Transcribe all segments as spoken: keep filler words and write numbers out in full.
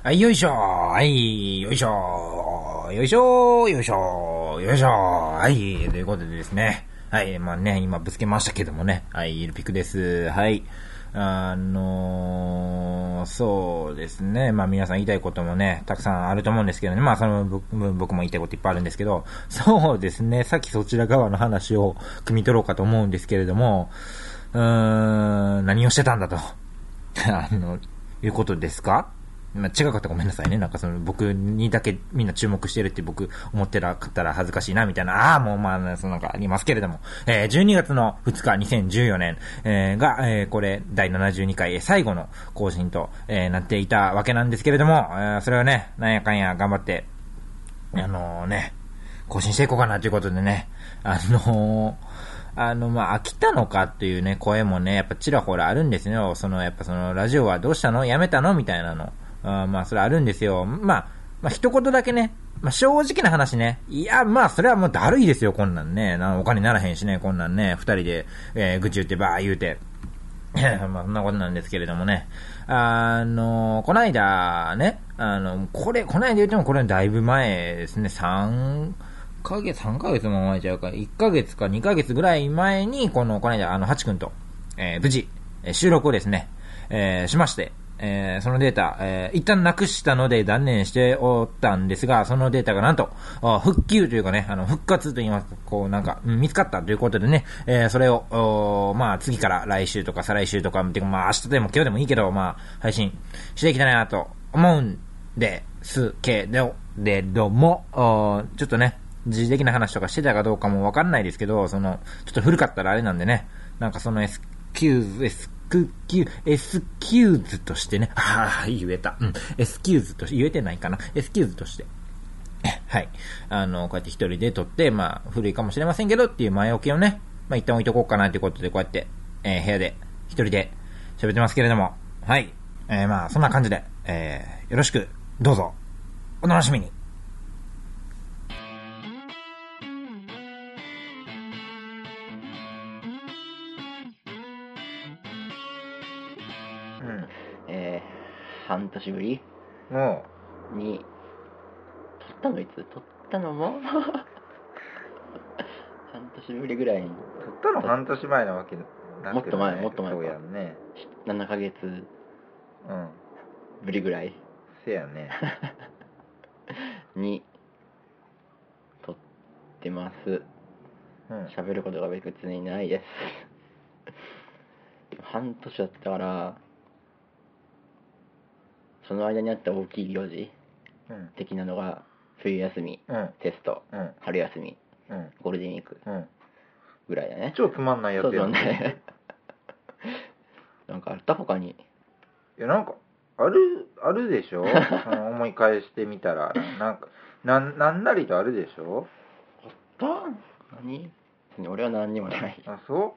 はい、よいしょはい、よいしょよいしょよいしょよいしょはい、ということでですね。はい、まあね、今ぶつけましたけどもね。はい、イルピクです。はい。あのー、そうですね。まあ皆さん言いたいこともね、たくさんあると思うんですけどね。まあその僕、僕も言いたいこといっぱいあるんですけど、そうですね。さっきそちら側の話を汲み取ろうかと思うんですけれども、うーん、何をしてたんだと。あの、いうことですか？まあ、違かったらごめんなさいね。なんかその僕にだけみんな注目してるって僕思ってなかったら恥ずかしいなみたいな、ああもうまあ、そのなんかありますけれども、えー、じゅうにがつのふつかにせんじゅうよねん、えー、が、えー、これだいななじゅうにかい最後の更新と、えー、なっていたわけなんですけれども、えー、それをね、なんやかんや頑張って、あのー、ね、更新していこうかなということでね、あのー、あの、まあ、飽きたのかっていうね、声もね、やっぱちらほらあるんですよ。その、やっぱその、ラジオはどうしたの？やめたの？みたいなの。あまあ、それあるんですよ。まあ、まあ、一言だけね、まあ、正直な話ね。いや、まあ、それはもうだるいですよ、こんなんね。なお金ならへんしね、こんなんね。二人で、えー、愚痴言ってばー言うて。まあ、そんなことなんですけれどもね。あの、こないだね、あの、これ、こないだ言ってもこれだいぶ前ですね。三、ヶ月、さんかげつも前ちゃうか、いっかげつかにかげつぐらい前に、この、この間、あの、ハチ君と、えー、無事、えー、収録をですね、えー、しまして、えー、そのデータ、えー、一旦なくしたので断念しておったんですが、そのデータがなんと、復旧というかね、あの、復活と言いますか、こう、なんか、うん、見つかったということでね、えー、それを、まあ、次から来週とか再来週とか、てかまあ、明日でも今日でもいいけど、まあ、配信していきたいなと思うんですけど、で、どうも、ちょっとね、時事的な話とかしてたかどうかもわかんないですけど、その、ちょっと古かったらあれなんでね、なんかそのエスキューズ、エスキュー、エスキューズとしてね、ああ、言えた。うん、エスキューズとして、言えてないかな。エスキューズとして。はい。あの、こうやって一人で撮って、まあ、古いかもしれませんけどっていう前置きをね、まあ一旦置いとこうかなということで、こうやって、えー、部屋で一人で喋ってますけれども、はい。えー、まあ、そんな感じで、えー、よろしく、どうぞ、お楽しみに。 うん、えー、半年ぶりもうに撮ったのいつ撮ったのも半年ぶりぐらいに撮ったの半年前なわけだけど、ね、 もっと前もっと前かそうやんね。 ななかげつぶりぐらい、うん、 せやねに撮ってます。喋、うん、ることが別にないです半年だったから、その間にあった大きい行事、うん、的なのが冬休み、うん、テスト、うん、春休み、うん、ゴールデンウィーク、うん、ぐらいだね。 超つまんないやつやんねなんかあった他に。 いや、なんかあるあるでしょその思い返してみたらなんかななんなりとあるでしょ。 あった？何？俺は何にもない。 あ、そう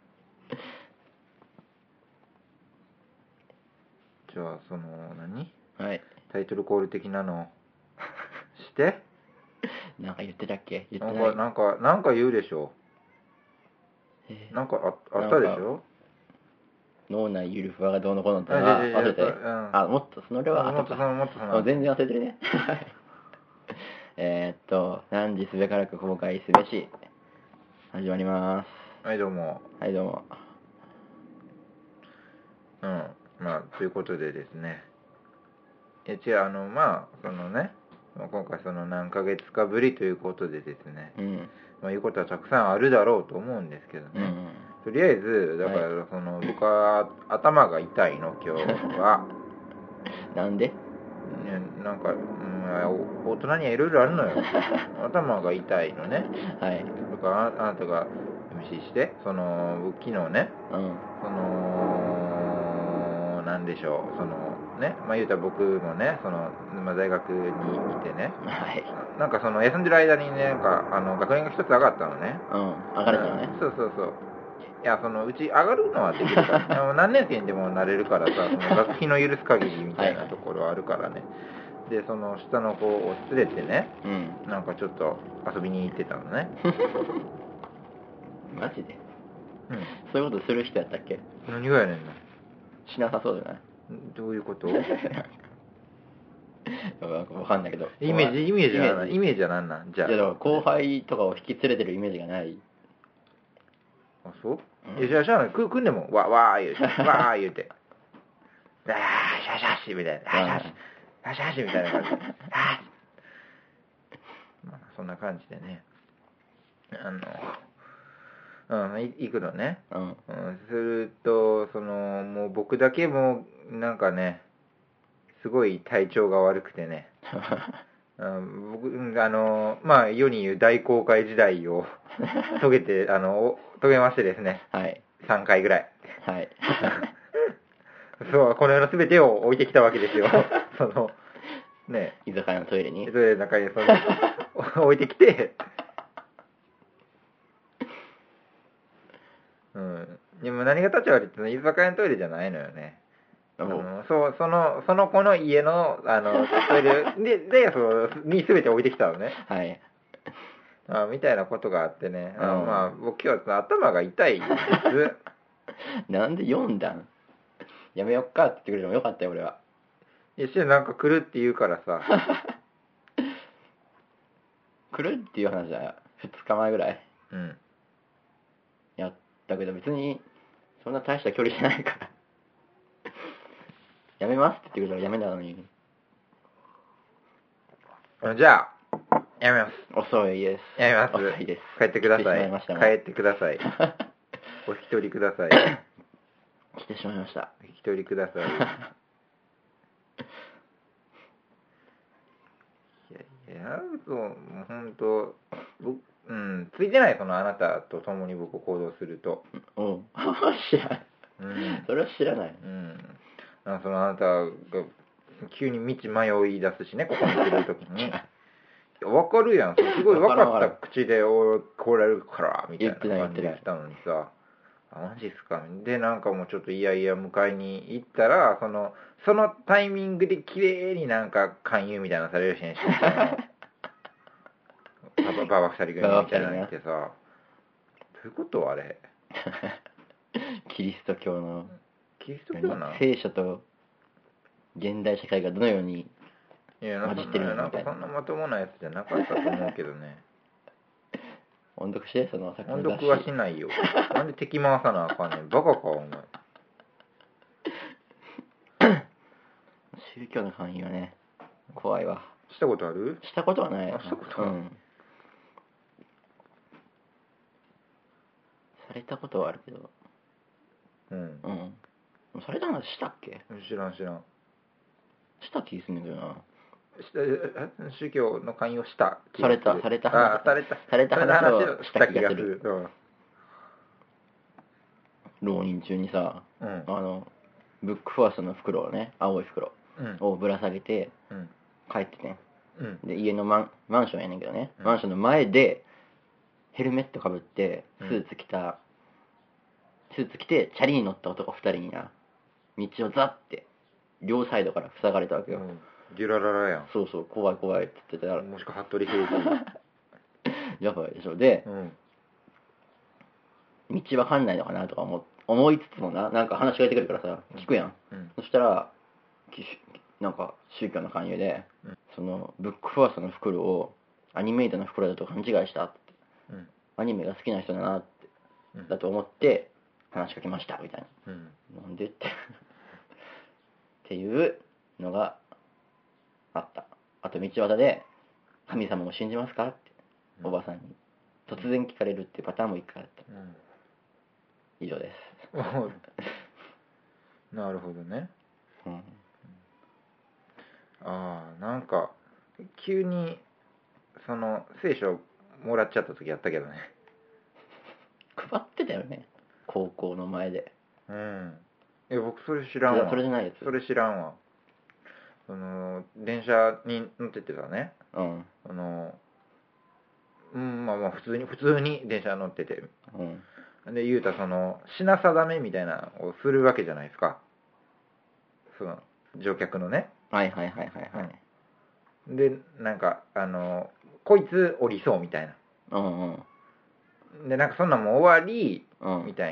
じゃあその何、 はい、 タイトルコール的なのしてなんか言ってたっけ？言ってない。なんかなんかなんか言うでしょ、えー、なんか あ, あったでしょ。 脳内ゆるふわがどうのこうのってのは忘れて、うん、あ、もっとそのれは後か、もっとその全然忘れてるねえっと何時すべからく公開すべし始まります。 はいどうも。 はいどうも。 うん、まあということでですね、え違うあのまあそのね、今回その何ヶ月かぶりということでですね、うん、まあいうことはたくさんあるだろうと思うんですけどね、うん、とりあえずだからその、はい、僕は頭が痛いの今日はなんで？ ね、なんか、うん、大人にはいろいろあるのよ頭が痛いのね。はい。だから あ, あなたが エムシー してその僕昨日ね、うん、そのなんでしょうそのね、まあ言うたら僕もねその、まあ、大学にいてね、はい、なんかその休んでる間にねなんかあの学年が一つ上がったのね。 うん、上がれたのね、 うん、そうそうそう。いやそのうち上がるのはできるから何年生にでもなれるからさ、その学費の許す限りみたいなところはあるからね、はい、でその下の子を連れてね、うん、なんかちょっと遊びに行ってたのねマジで、うん、そういうことする人やったっけ？ 何がやねんの。 しなさそうじゃない？ どういうことわかんないけど。 イメージ、イメージは何イメージは何なんじゃあ。 いや、だから後輩とかを引き連れてるイメージがない。 あ、そう、うん、いや、じゃあ、く、くんでも、わ、わー言うて、わー言うて、あー、シャシャシみたいな、あー、シャシャシみたいな感じで、あー、まあ、そんな感じでね、あの、うん、い行くのね、うん、うん、すると、その、もう僕だけも、なんかね、すごい体調が悪くてね、うん、僕、あの、まあ、世に言う大航海時代を遂げて、あの、遂げましてですね、はい、さんかいぐらい。はい。そう、この世の全てを置いてきたわけですよ。その、ね。 居酒屋のトイレに。 トイレの中にその置いてきて、うん。でも何が立ち悪いって居酒屋のトイレじゃないのよね。あのそうそのその子の家のあのトイレででそのに全て置いてきたのね。はい。あみたいなことがあってね。あのまあ僕今日は頭が痛いです。 なんで読んだん？やめよっかって言ってくれてもよかったよ俺は。 いやしなんか来るって言うからさ。 来るっていう話はふつかまえぐらい。うん。やったけど別にそんな大した距離じゃないから。やめますって言ってくれたらやめなのに。 じゃあ、やめます。 遅いです。 やめます。 遅いです。 帰ってください。帰ってください。お引き取りください。 来てしまいました。 お引き取りください。いやいや、そう、もう本当、僕、うん、ついてない、そのあなたと共に僕を行動すると。 うん。知らない。うん。それは知らない。 うん。あそのあなたが急に道迷い出すしね、ここに来るときに。わかるやん、すごい分かった口でお来られるからみたいな感じで来たのにさ、あマジっすか。でなんかもうちょっといやいや迎えに行ったら、そのそのタイミングで綺麗になんか勧誘みたいなのされるしね、ババババふたり組みたいなの言ってさ、どういうことあれ。 キリスト教のキリスト教な聖書と現代社会がどのようにいやなんかなんかそんなまともなやつじゃなかったと思うけどね。 音読してその音読はしないよ。なんで敵回さなあかんねん。バカかお前。 宗教の勧誘はね怖いわ。 したことある？ したことはない。 あしたことは、うん、 されたことはあるけど。うん。うん。されたのしたっけ？ 知らん知らん。 した気すんねんけどな。 宗教の勧誘をしたされたされた話あされたされた話をした気がする。浪人中にさ、うん、あのブックファーストの袋をね、青い袋をぶら下げて、うん、帰ってて、うん、で家のマン、マンションやねんけどね、うん、マンションの前でヘルメットかぶってスーツ着た、うん、スーツ着てチャリに乗った男ふたりにな道をザッて両サイドから塞がれたわけよ。うん、 ギュラララやん。 そうそう、怖い怖いって言ってたら、 もしくは服部平次やばいでしょ。で、うん、道わかんないのかなとか思思いつつもな、なんか話しかけてくるからさ、聞くやん、うん、そしたらなんか宗教の勧誘で、うん、そのブックファーストの袋をアニメイトの袋だと勘違いしたって、うん、アニメが好きな人だなって、うん、だと思って話しかけましたみたいな、うん、なんでってっていうのがあった。あと道端で神様を信じますかっておばさんに突然聞かれるっていうパターンも一回あった、うん、以上ですなるほどね、うん、ああなんか急にその聖書もらっちゃった時やったけどね配ってたよね高校の前で。 うん。いや僕それ知らんわ。 それじゃないやつ。 それ知らんわ。その電車に乗っててたね。うん。あのうんまあまあ普通に普通に電車乗ってて。うん。で言うたその品定めみたいなのをするわけじゃないですか。その乗客のね。 はいはいはいはいはい。 うん、でなんかあのこいつ降りそうみたいな。うんうん。でなんかそんなんも終わり、うん、みたいな。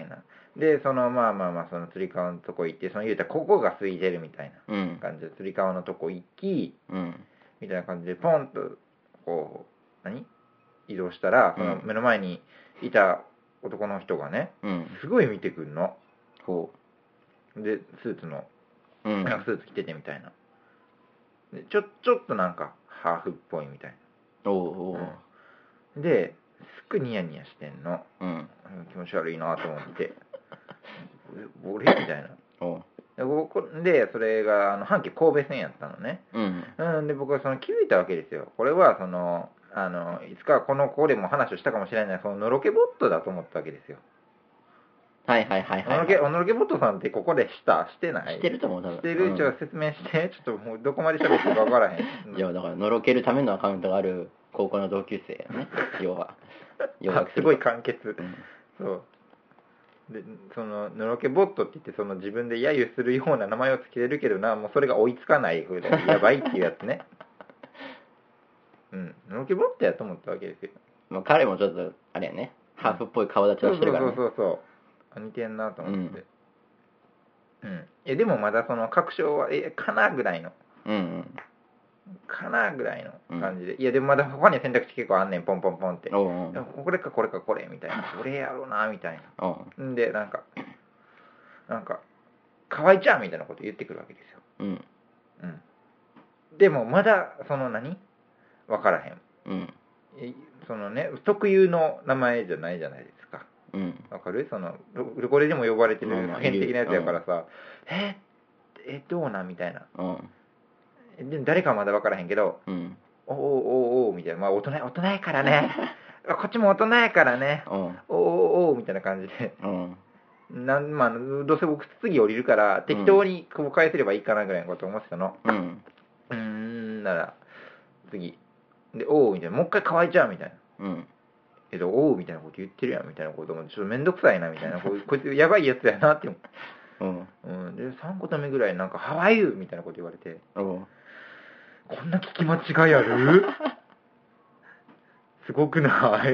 でそのまあまあまあそのつり革のとこ行って、その言うたらここが空いてるみたいうんな感じでつり革のとこ行きうんみたいな感じでポンとこう何移動したら、その目の前にいた男の人がね、 うんすごい見てくんの。 ほでスーツのううんなんかスーツ着ててみたいなで、ちょちょっとなんかハーフっぽいみたいおうおうな、うん、ですっごいニヤニヤしてんの。 うん気持ち悪いなと思って俺みたいな。 おうでここでそれがあの阪急神戸線やったのね。 うんうんで僕はその気づいたわけですよ。これはそのあのいつかこの子でも話をしたかもしれないそののろけボットだと思ったわけですよ。 はいはいはいはい、 おのろけおのろけボットさんってここでしたしてないしてると思う多分してる、 うんちょっと説明してちょっともうどこまで喋ってるか分からへんいやだからのろけるためのアカウントがある高校の同級生やね要は要約すごい簡潔、 うん、 そうでそののろけボットって言ってその自分で揶揄するような名前をつけてるけどな、もうそれが追いつかない風でやばいっていうやつねうんのろけボットやと思ったわけですよ。 まあ、彼もちょっとあれやねハーフっぽい顔立ちをしてるから、ね、 そうそうそうそうあ似てんなと思ってうん、うん、えでもまだその確証はえかなぐらいのうんうんかなぐらいの感じで、うん、いやでもまだ他には選択肢結構あんねんポンポンポンって、 おうおうこれかこれかこれみたいなこれやろうなみたいな、んでなんかなんか河合ちゃんみたいなこと言ってくるわけですよ。 うんうんでもまだその何分からへん、 うん、 そのね特有の名前じゃないじゃないですか。 うん、 わかるそのどこででも呼ばれてる普遍的なやつやからさ、うん、ええどうなんみたいな、うん、で誰かはまだ分からへんけど、うん、おおおおみたいな、まあ大人大人やからねこっちも大人やからね、うん、おおおみたいな感じで、うん、なんまあどうせ僕次降りるから適当にこう返せればいいかなぐらいのこと思ってたの。うんうーんなら次でおおみたいなもう一回河合ちゃんみたいな、うんけどおうみたいなこと言ってるやんみたいなこともちょっとめんどくさいなみたいなここいつやばいやつやなって思う、うんうん、でさんことめぐらいなんかハワイユみたいなこと言われて、うん、こんな聞き間違いあるすごくない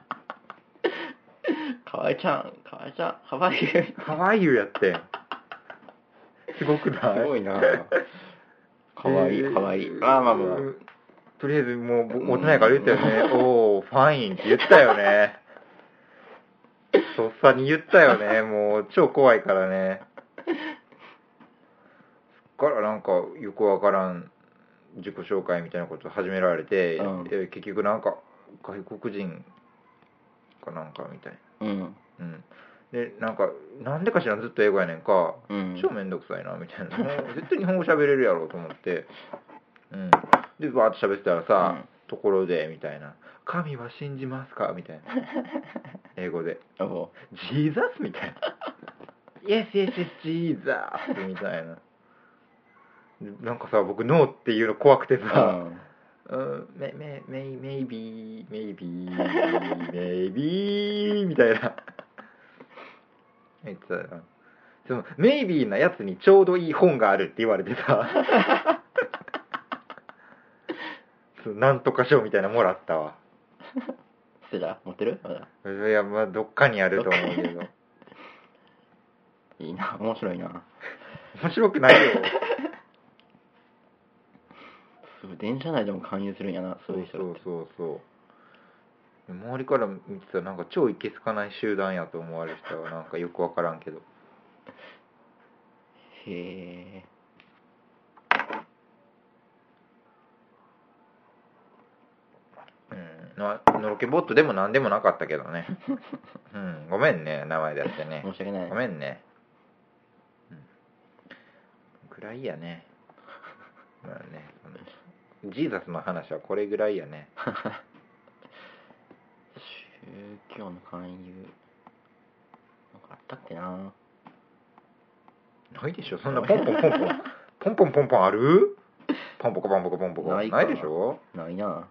河合ちゃん河合ちゃんハワイユハワイユやってすごくないすごいなかわいいかわいいあまあまあとりあえずもう大人やから言ったよね、うん、おーファインって言ったよねとっさに言ったよねもう超怖いからねそっからなんかよくわからん自己紹介みたいなこと始められて、うん、え結局なんか外国人かなんかみたいな、うんうん、でなんかなんでかしらずっと英語やねんか、うん、超めんどくさいなみたいなもう絶対日本語喋れるやろうと思ってうんでバーッと喋ってたらさ、うん、ところでみたいな神は信じますかみたいな英語でジーザスみたいなYes yes yes Jesus みたいななんかさ僕ノーっていうの怖くてさ、うん、メメメイメイビーメイビーメイビーみたいな言ってたよそのメイビーなやつにちょうどいい本があるって言われてさなんとか賞みたいなのもらったわ捨てた持ってるいやまあどっかにあると思うけどいいな面白いな面白くないよすぐ電車内でも勧誘するんやなそういう人そうそうそう周りから見てたらなんか超いけすかない集団やと思われる人はなんかよくわからんけどへえうん、のろけボットでもなんでもなかったけどね、うん、ごめんね名前出してね申し訳ないごめんね、うん、ぐらいやねまあねジーザスの話はこれぐらいやね宗教の勧誘なんかあったっけなないでしょそんなポンポンポンポンポンポンポンポンあるポンポコポンポコポンポコないないでしょないな、うん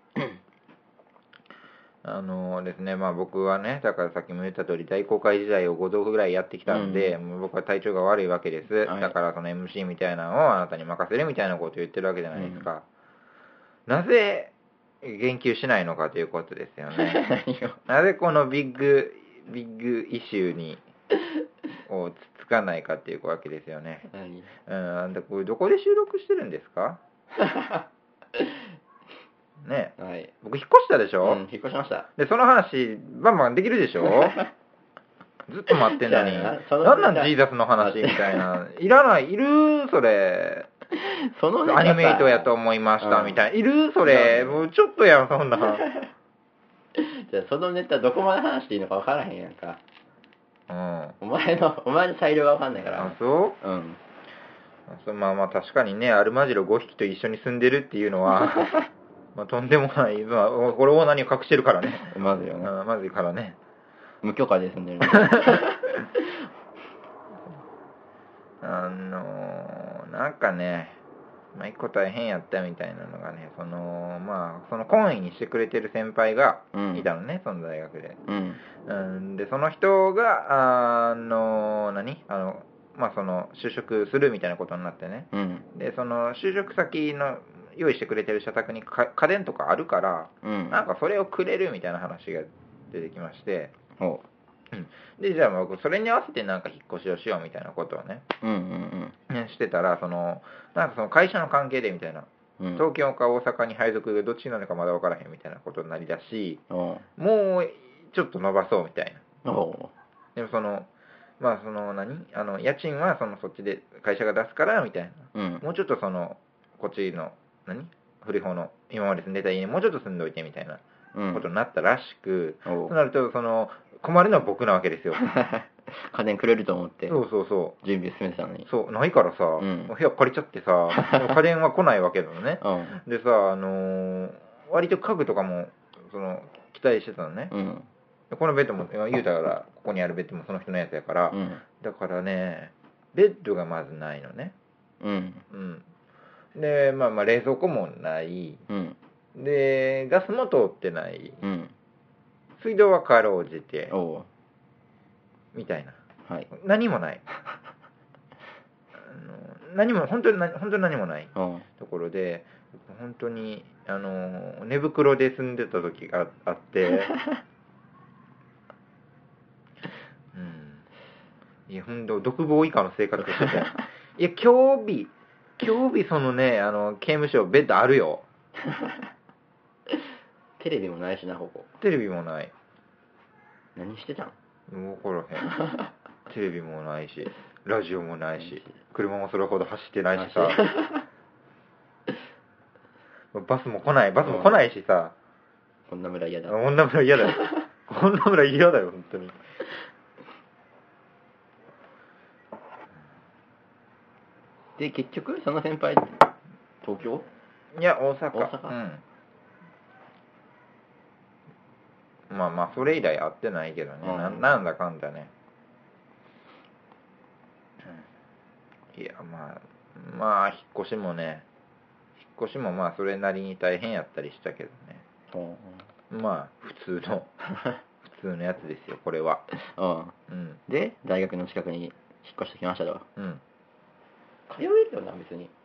あのですねまあ僕はねだからさっきも言った通り大航海時代をごどぐらいやってきたんで、うん、もう僕は体調が悪いわけです、はい、だからその エムシー みたいなのをあなたに任せるみたいなことを言ってるわけじゃないですか、うん、なぜ言及しないのかということですよねなぜこのビッグビッグイシューにをつつかないかっていうわけですよね。 何うん、でこれどこで収録してるんですか？ね、 はい。 僕引っ越したでしょ、 うん、引っ越しました。 でその話バンバンできるでしょずっと待ってんのになんなんジーザスの話みたいないらない、いるそれそのアニメイトやと思いましたみたいな、うん、いるそれもうちょっとやんそんなじゃあそのネタどこまで話していいのか分からへんやんか。うん、お前のお前の裁量が分かんないから。 あ、そう、うん、そまあまあ確かにね、アルマジロごひきと一緒に住んでるっていうのはまあとんでもない、まあ、これを何を隠してるからねまずいよね、 まずいからね、 無許可で住んでるあのー、なんかね、まあ、一個大変やったみたいなのがね、そのまあその懇意にしてくれてる先輩がいたのね、うん、その大学で、うんうん、でその人があの何あのまあその就職するみたいなことになってね、うん、でその就職先の用意してくれてる社宅にか家電とかあるから、うん、なんかそれをくれるみたいな話が出てきまして、うん、でじゃあ僕それに合わせてなんか引っ越しをしようみたいなことをね、うんうんうんね、してたらそのなんかその会社の関係でみたいな、うん、東京か大阪に配属でどっちなのかまだ分からへんみたいなことになりだし、うん、もうちょっと伸ばそうみたいな、うん、でもそのまあその何あの家賃はそのそっちで会社が出すからみたいな、うん、もうちょっとそのこっちの何古い方の今まで住んでた家にもうちょっと住んどいてみたいなことになったらしく、うん、となるとその困るのは僕なわけですよ家電くれると思ってそうそうそう準備進めてたのに、 そうないからさ、うん、部屋借りちゃってさ家電は来ないわけだよね、うん、でさあのー、割と家具とかもその期待してたのね、うん、このベッドも言うたらここにあるベッドもその人のやつやから、うん、だからねベッドがまずないのね、うんうん、でまあまあ冷蔵庫もない、うん、でガスも通ってない、うん、水道はかろうじてみたいな、はい、何もないあの何も本当に何本当に何もないところで本当にあの寝袋で住んでた時があってうん、いや本当独房以下の生活をしてていや今日日今日日そのねあの刑務所ベッドあるよテレビもないしなここテレビもない何してたん分からへんテレビもないしラジオもないし車もそれほど走ってないしさバスも来ないバスも来ないしさ、 こんな村嫌だこんな村嫌だよこんな村嫌だよ本当にで結局その先輩東京いや大阪大阪、 うん、まあまあそれ以来会ってないけどね、うん、な, なんだかんだね、うん、いやまあまあ引っ越しもね引っ越しもまあそれなりに大変やったりしたけどね、うん、まあ普通の普通のやつですよこれは、 うん、で大学の近くに引っ越してきましたと、うん、通えるよな別に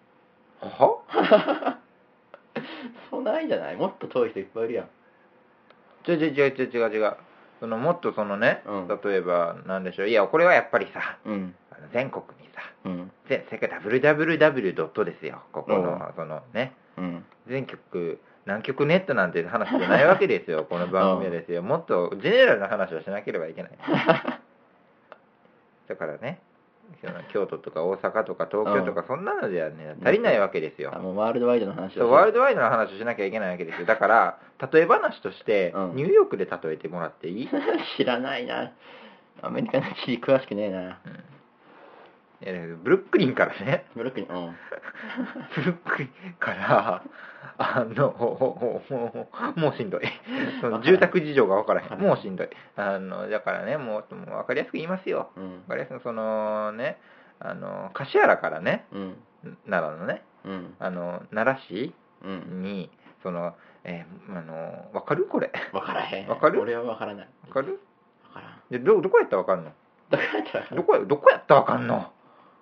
はそうないじゃないもっと遠い人いっぱいいるやん違う違う違う違う違うそのもっとそのね、うん、例えばなんでしょういやこれはやっぱりさ、うん、あの全国にさ、うん、全世界 ダブリューダブリューダブリュー ドットですよここの、うん、そのね、うん、全局南極ネットなんて話じゃないわけですよこの番組はですよ、もっとジェネラルな話をしなければいけないだからね京都とか大阪とか東京とかそんなのではね足りないわけですよ、 あもうワールドワイドの話をワールドワイドの話をしなきゃいけないわけですよだから例え話としてニューヨークで例えてもらっていい、うん、 知らないなアメリカの地理詳しくねえな、うん、 いやブルックリンからねブルックリンうんブルックリンからあのもうしんどいその住宅事情が分からへんもうしんどいあのだからねもう、もう分かりやすく言いますよ、うん、分かりやすくそのねあの橿原からね、うん、奈良のね、うん、あの奈良市に、うん、そのえー、あの分かるこれ分からへん分かる俺は分からない分かる分からんで ど, どこやったら分かるのどこやったらどこやどこやったら分かんの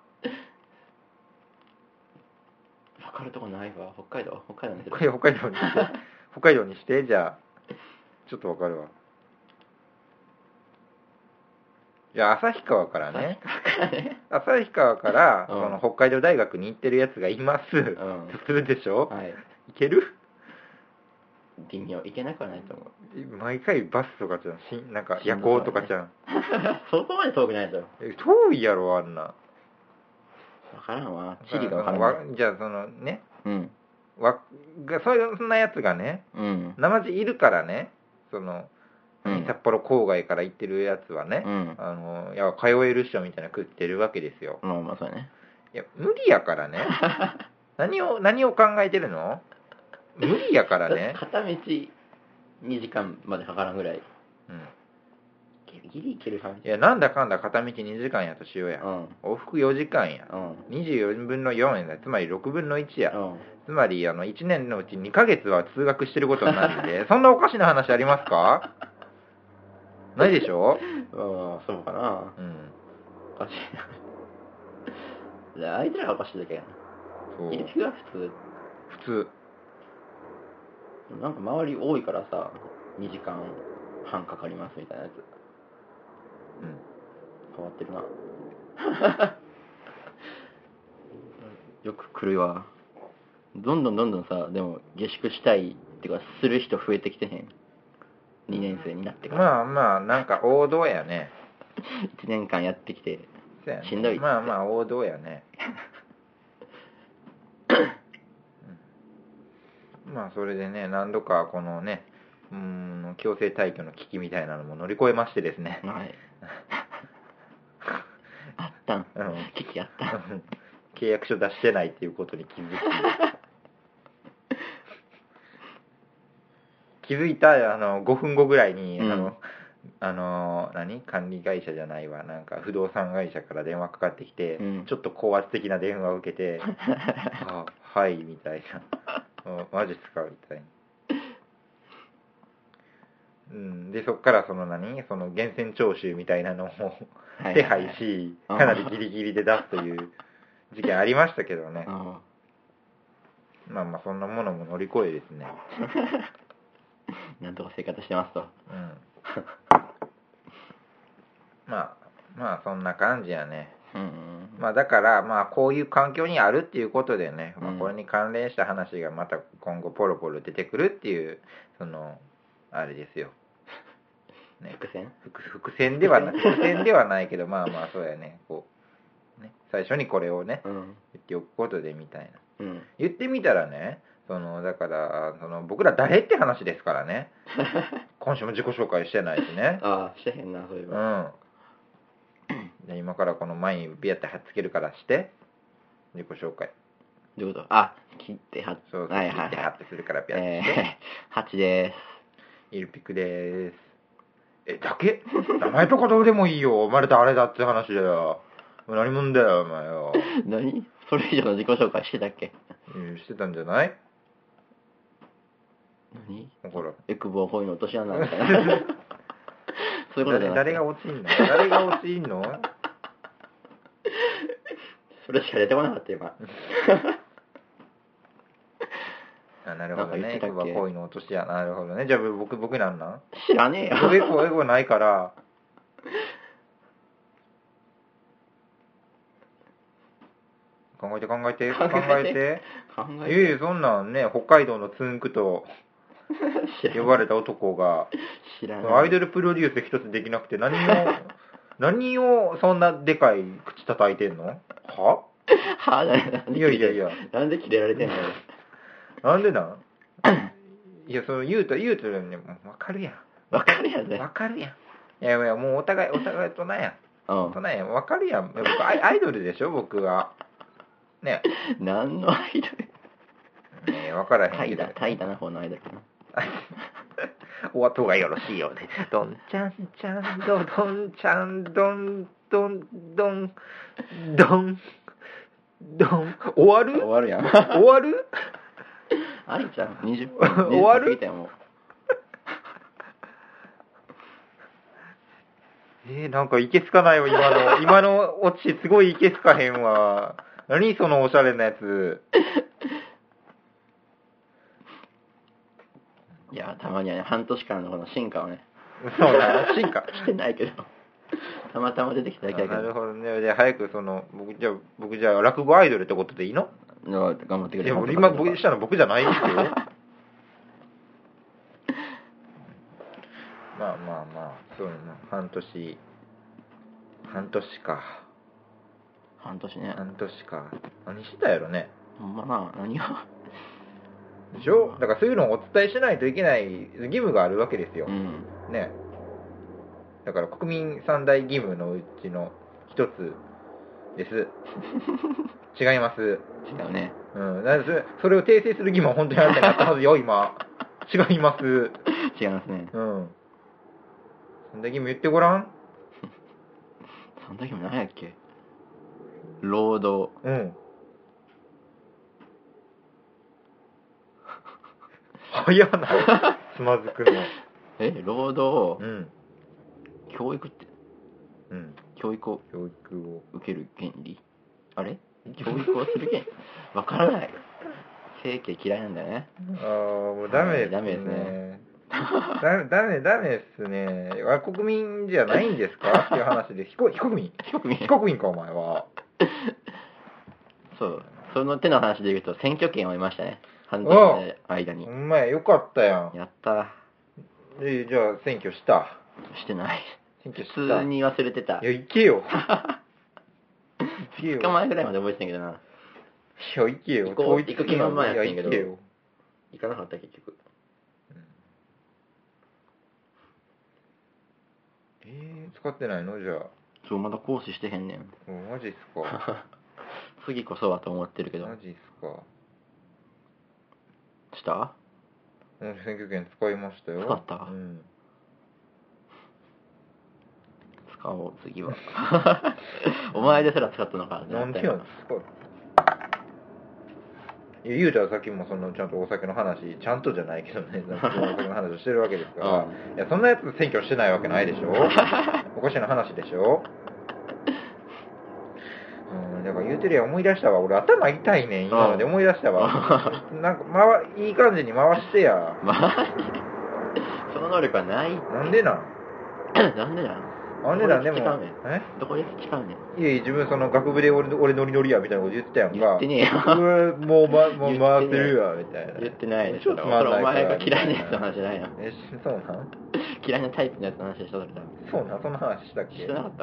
分かるとこないわ北海道北海道にする北海道にして北海道にしてじゃあちょっと分かるわじゃあ旭川からね旭川からね旭川から、 うん、 その北海道大学に行ってるやつがいます、うん、普通でしょ、 はい、 行ける？ 微妙、行けなくはないと思う。 毎回バスとかじゃん、しなんか夜行とかじゃん、ね、 そこまで遠くないと。 遠いやろあんな。 分からんわ、地理が分からない。 じゃあそのね、 うん、 わがそういうそんなやつがね、 うん、 生地いるからね、その、うん、札幌郊外から行ってるやつはね、 うん、 あのいや通える人みたいな食ってるわけですよ。 まあまあそうね。 いや無理やからね何を何を考えてるの？無理やからね。 片道にじかんまでかからんぐらい、うん、ギリギリ行ける感じ。 いやなんだかんだ片道にじかんやとしようや、うん、往復よじかんや、うん、にじゅうよんぶんのよんや、つまりろくぶんのいちや、うん、つまりあのいちねんのうちにかげつは通学してることになるんでそんなおかしな話ありますか？ないでしょ。 ああそうかな、うん、おかしいなあいつらがおかしいだけやな。そう、イルピクは普通普通なんか周り多いからさにじかんはんかかりますみたいなやつ、うん、変わってるなよく来るわ。どんどんどんどんさ、でも下宿したいっていうかする人増えてきてへん、にねん生になってから。 まあまあなんか王道やねいちねんかんやってきてね、 しんどいって。 まあまあ王道やねまあそれでね何度かこのねうーん強制退去の危機みたいなのも乗り越えましてですね、はいあったん、うん、危機あったん契約書出してないっていうことに気づき気づいたあのごふんごぐらいに、うん、あのあの何管理会社じゃないわなんか不動産会社から電話かかってきて、うん、ちょっと高圧的な電話を受けてあはいみたいなマジっすかみたいな、うん、でそっからその何その源泉徴収みたいなのを手配しかなりギリギリで出すという事件ありましたけどねまあまあそんなものも乗り越えですねなんとか生活してますと、うんまあまあそんな感じやね、うんうん、まあだからまあこういう環境にあるっていうことでね、うんまあ、これに関連した話がまた今後ポロポロ出てくるっていうそのあれですよ、 ね、伏線伏伏線ではない伏線ではないけどまあまあそうやねこうね最初にこれをね、うん、言っておくことでみたいな、うん、言ってみたらねそのだからその僕ら誰って話ですからね今週も自己紹介してないしねああしてへんなそういえば、うんで今からこの前にビヤって貼っつけるからして自己紹介どういうことあ切って貼ってそうそう、はいはいはい、切って貼ってするからビヤってして、 えー、ハチですイルピクですえだけ名前とかどうでもいいよ生まれたあれだって話だよ何者だよお前よ何それ以上の自己紹介してたっけしてたんじゃない何ほらエクボはこういうの落とし穴みたいなそういうことじゃなくて誰が落ちんの誰が落ちんのそれしか出てこなかった今あなるほどねエクボはこういうの落とし穴なるほどねじゃあ僕僕なんなん知らねえよエクボエクボないから考えて考えて考えて考えてええそんなんね北海道のツンクと呼ばれた男が知らないアイドルプロデュース一つできなくて何を何をそんなでかい口叩いてんのははいやいやいやなんでキレられてんのなんでなんいやその言うと言うとね分かるやん分かるやんね分かるやんいやいやもうお互いお互い大人やん、うん、大人やん分かるやん僕アイ、アイドルでしょ僕はね何のアイドルね分からへんタイだタイだな方のアイドルなお後がよろしいようでどんちゃんちゃんどどんちゃんどんどんどんどんどん終わる終わるやん終わるありちゃんにじゅっぷん終わるえー、なんかいけつかないわ今の今のオチすごいいけつかへんわ何そのおしゃれなやついやたまにはね半年間のこの進化をねそうだ進化してないけどたまたま出てきただけだけど。 なるほどね。じゃあ早くその僕じゃあ僕じゃあ落語アイドルってことでいいの？ 頑張ってくれ。 いや俺今僕したの僕じゃないですよ。まあまあまあそうな半年半年か。 半年ね。 半年か。何してたやろね。 ほんまな、何を。 でしょ？だからそういうのをお伝えしないといけない義務があるわけですよ。 うん。 ね。だから国民三大義務のうちの一つです。違います。 違うね。 うん。だそれそれを訂正する義務は本当にあなたにあったはずよ今。違います。 違いますね。 うん。三大義務言ってごらん。 三大義務何やっけ？労働。 うん。早ない。つまずくの。 え、労働、 うん。 教育って、 うん。 教育を教育を受ける権利、あれ教育をする権利わからない。整形嫌いなんだよね。 ああ、もうダメですね。 ダメですね。 ダメ、ダメ、ダメですね。あ、国民じゃないんですかっていう話で、非国非国民非国民非国民か、お前は。 そう、その手の話で言うと、選挙権を得ましたね。半年の間に。 お前、よかったやん。 やった。 え、じゃあ、選挙した。 してない。 選挙した。 普通に忘れてた。 いや、行けよ。行けよ。 ふつかまえぐらいまで覚えてたけどな。 いや、行けよ。 行こう行く気満々やったんやけどいや、行けよ。 行かなかった、結局。 えー、使ってないのじゃあ。 そう、まだ行使してへんねん。 もうマジっすか。 次こそはと思ってるけど。 マジっすか。 した？ うん、選挙権使いましたよ。 使った？ うん。 使おう、次は。お前ですら使ったのか。 なんでやんすか。いや、言うたらさっきもそのちゃんとお酒の話、ちゃんとじゃないけどね、お酒の話をしてるわけですから、うん、いや、そんなやつ選挙してないわけないでしょ。おかしな話でしょ。うん、だから言うてるや思い出したわ。俺頭痛いねん、今まで思い出したわ。なんか、回、いい感じに回してや。 その能力はない。 なんでなん？ なんでなんあんねなんでも、 えどこで培うねん。 いやいや、自分その学部で俺、俺ノリノリやみたいなこと言ってたやんか。 言ってねえよ。 もう、ま、もう回ってるわ、みたいな。 言ってないでしょ。 ちょっとつまんないから。 お前が嫌いなやつの話じゃないの。 え、そうなん？ 嫌いなタイプのやつの話でしょ、それだ。 そうなん？そんな話したっけ？ してなかった？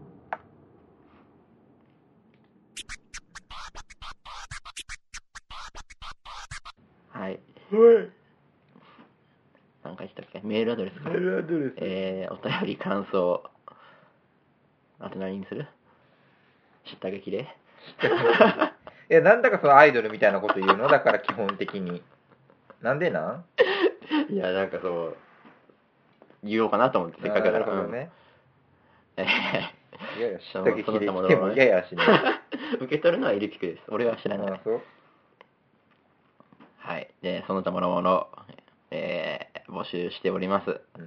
はい。 はい。 何回したっけ？メールアドレスか。 メールアドレス。 えー、お便り感想。あと何にする？知った激励？いや、なんだかそのアイドルみたいなこと言うのだから基本的に。なんでなんいや、なんかそう、言おうかなと思って、せっかくだから。 なるほどね。 うん、えー、いやいや、知った激励来ても嫌やしね。 受け取るのはイリピクです。俺は知らない。 あ、そう。 はい。で、その他もろもろ、えー、募集しております。うん、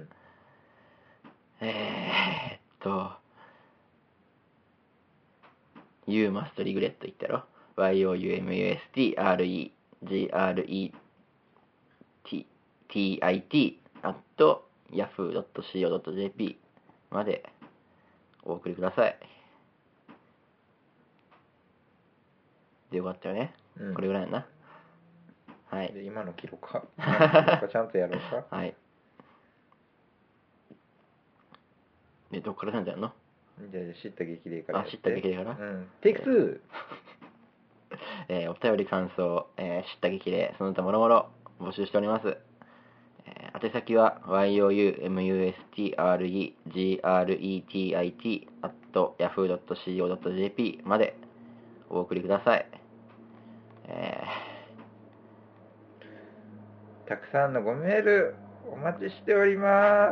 えーっと、You must regret 言ったろ ?Y O U M U S T R E G R E T I T アット ヤフー ドット シーオー ドット ジェーピー までお送りください。でよかったよね。うん、これぐらいやな。はい。 で今の記録か。ちゃんとやろうか。 はい。で、どっからなんじゃんの？ じゃあ、知った激励からやって。 あ、知った激励から？ うん。テイクツー。 えー、お便り感想、えー、知った激励、その他もろもろ募集しております。えー、宛先は ワイオーユーエムユーエスティーアールイージーアールイーティーアイティー アット ヤフー ドット シーオー ドット ジェーピー までお送りください。えー、たくさんのごメールお待ちしております。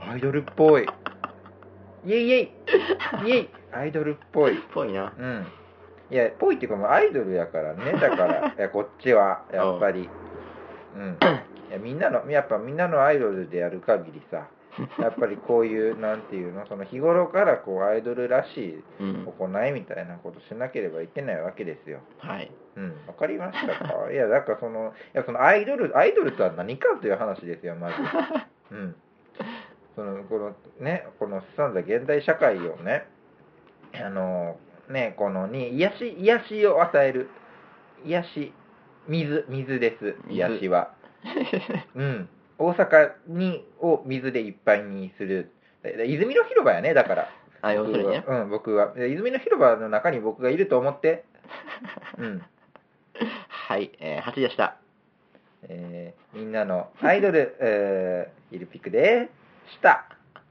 アイドルっぽい。イエイイエイイエイアイドルっぽい。 ぽいな。 うん。いや、ぽいっていうかもうアイドルやからね。だから、いやこっちは、やっぱり。うん。いやみんなの、やっぱみんなのアイドルである限りさ、やっぱりこういう、なんていうの、その日頃からこうアイドルらしい行いみたいなことしなければいけないわけですよ。 はい。 うん。わかりましたか？いや、だからその、いや、そのアイドル、アイドルとは何かという話ですよ、まず。うん。 そのこのねこのすさんだ現代社会をねあのねこのに癒し癒しを与える癒し水水です癒しはうん大阪にを水でいっぱいにする泉の広場やねだからあ要するにねうん僕は泉の広場の中に僕がいると思ってうんはい、えー、はちでした、 えー、みんなのアイドル、えー、イルピクでした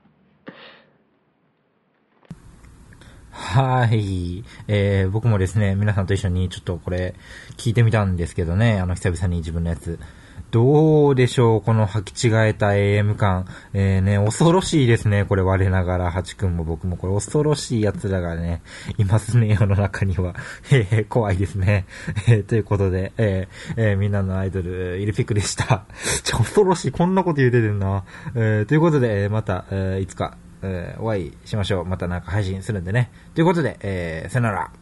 はい。えー、僕もですね、皆さんと一緒にちょっとこれ聞いてみたんですけどね、あの久々に自分のやつ。どうでしょうこの履き違えた エーエム 感。えーね、恐ろしいですね。これ我ながら、ハチ君も僕もこれ恐ろしい奴らがね、いますね、世の中には。えー、怖いですね。えー、ということで、えーえー、みんなのアイドル、イルピクでした。ちょ、恐ろしい。こんなこと言うててんな。えー、ということで、また、えー、いつか、えー、お会いしましょう。またなんか配信するんでね。ということで、えー、さよなら。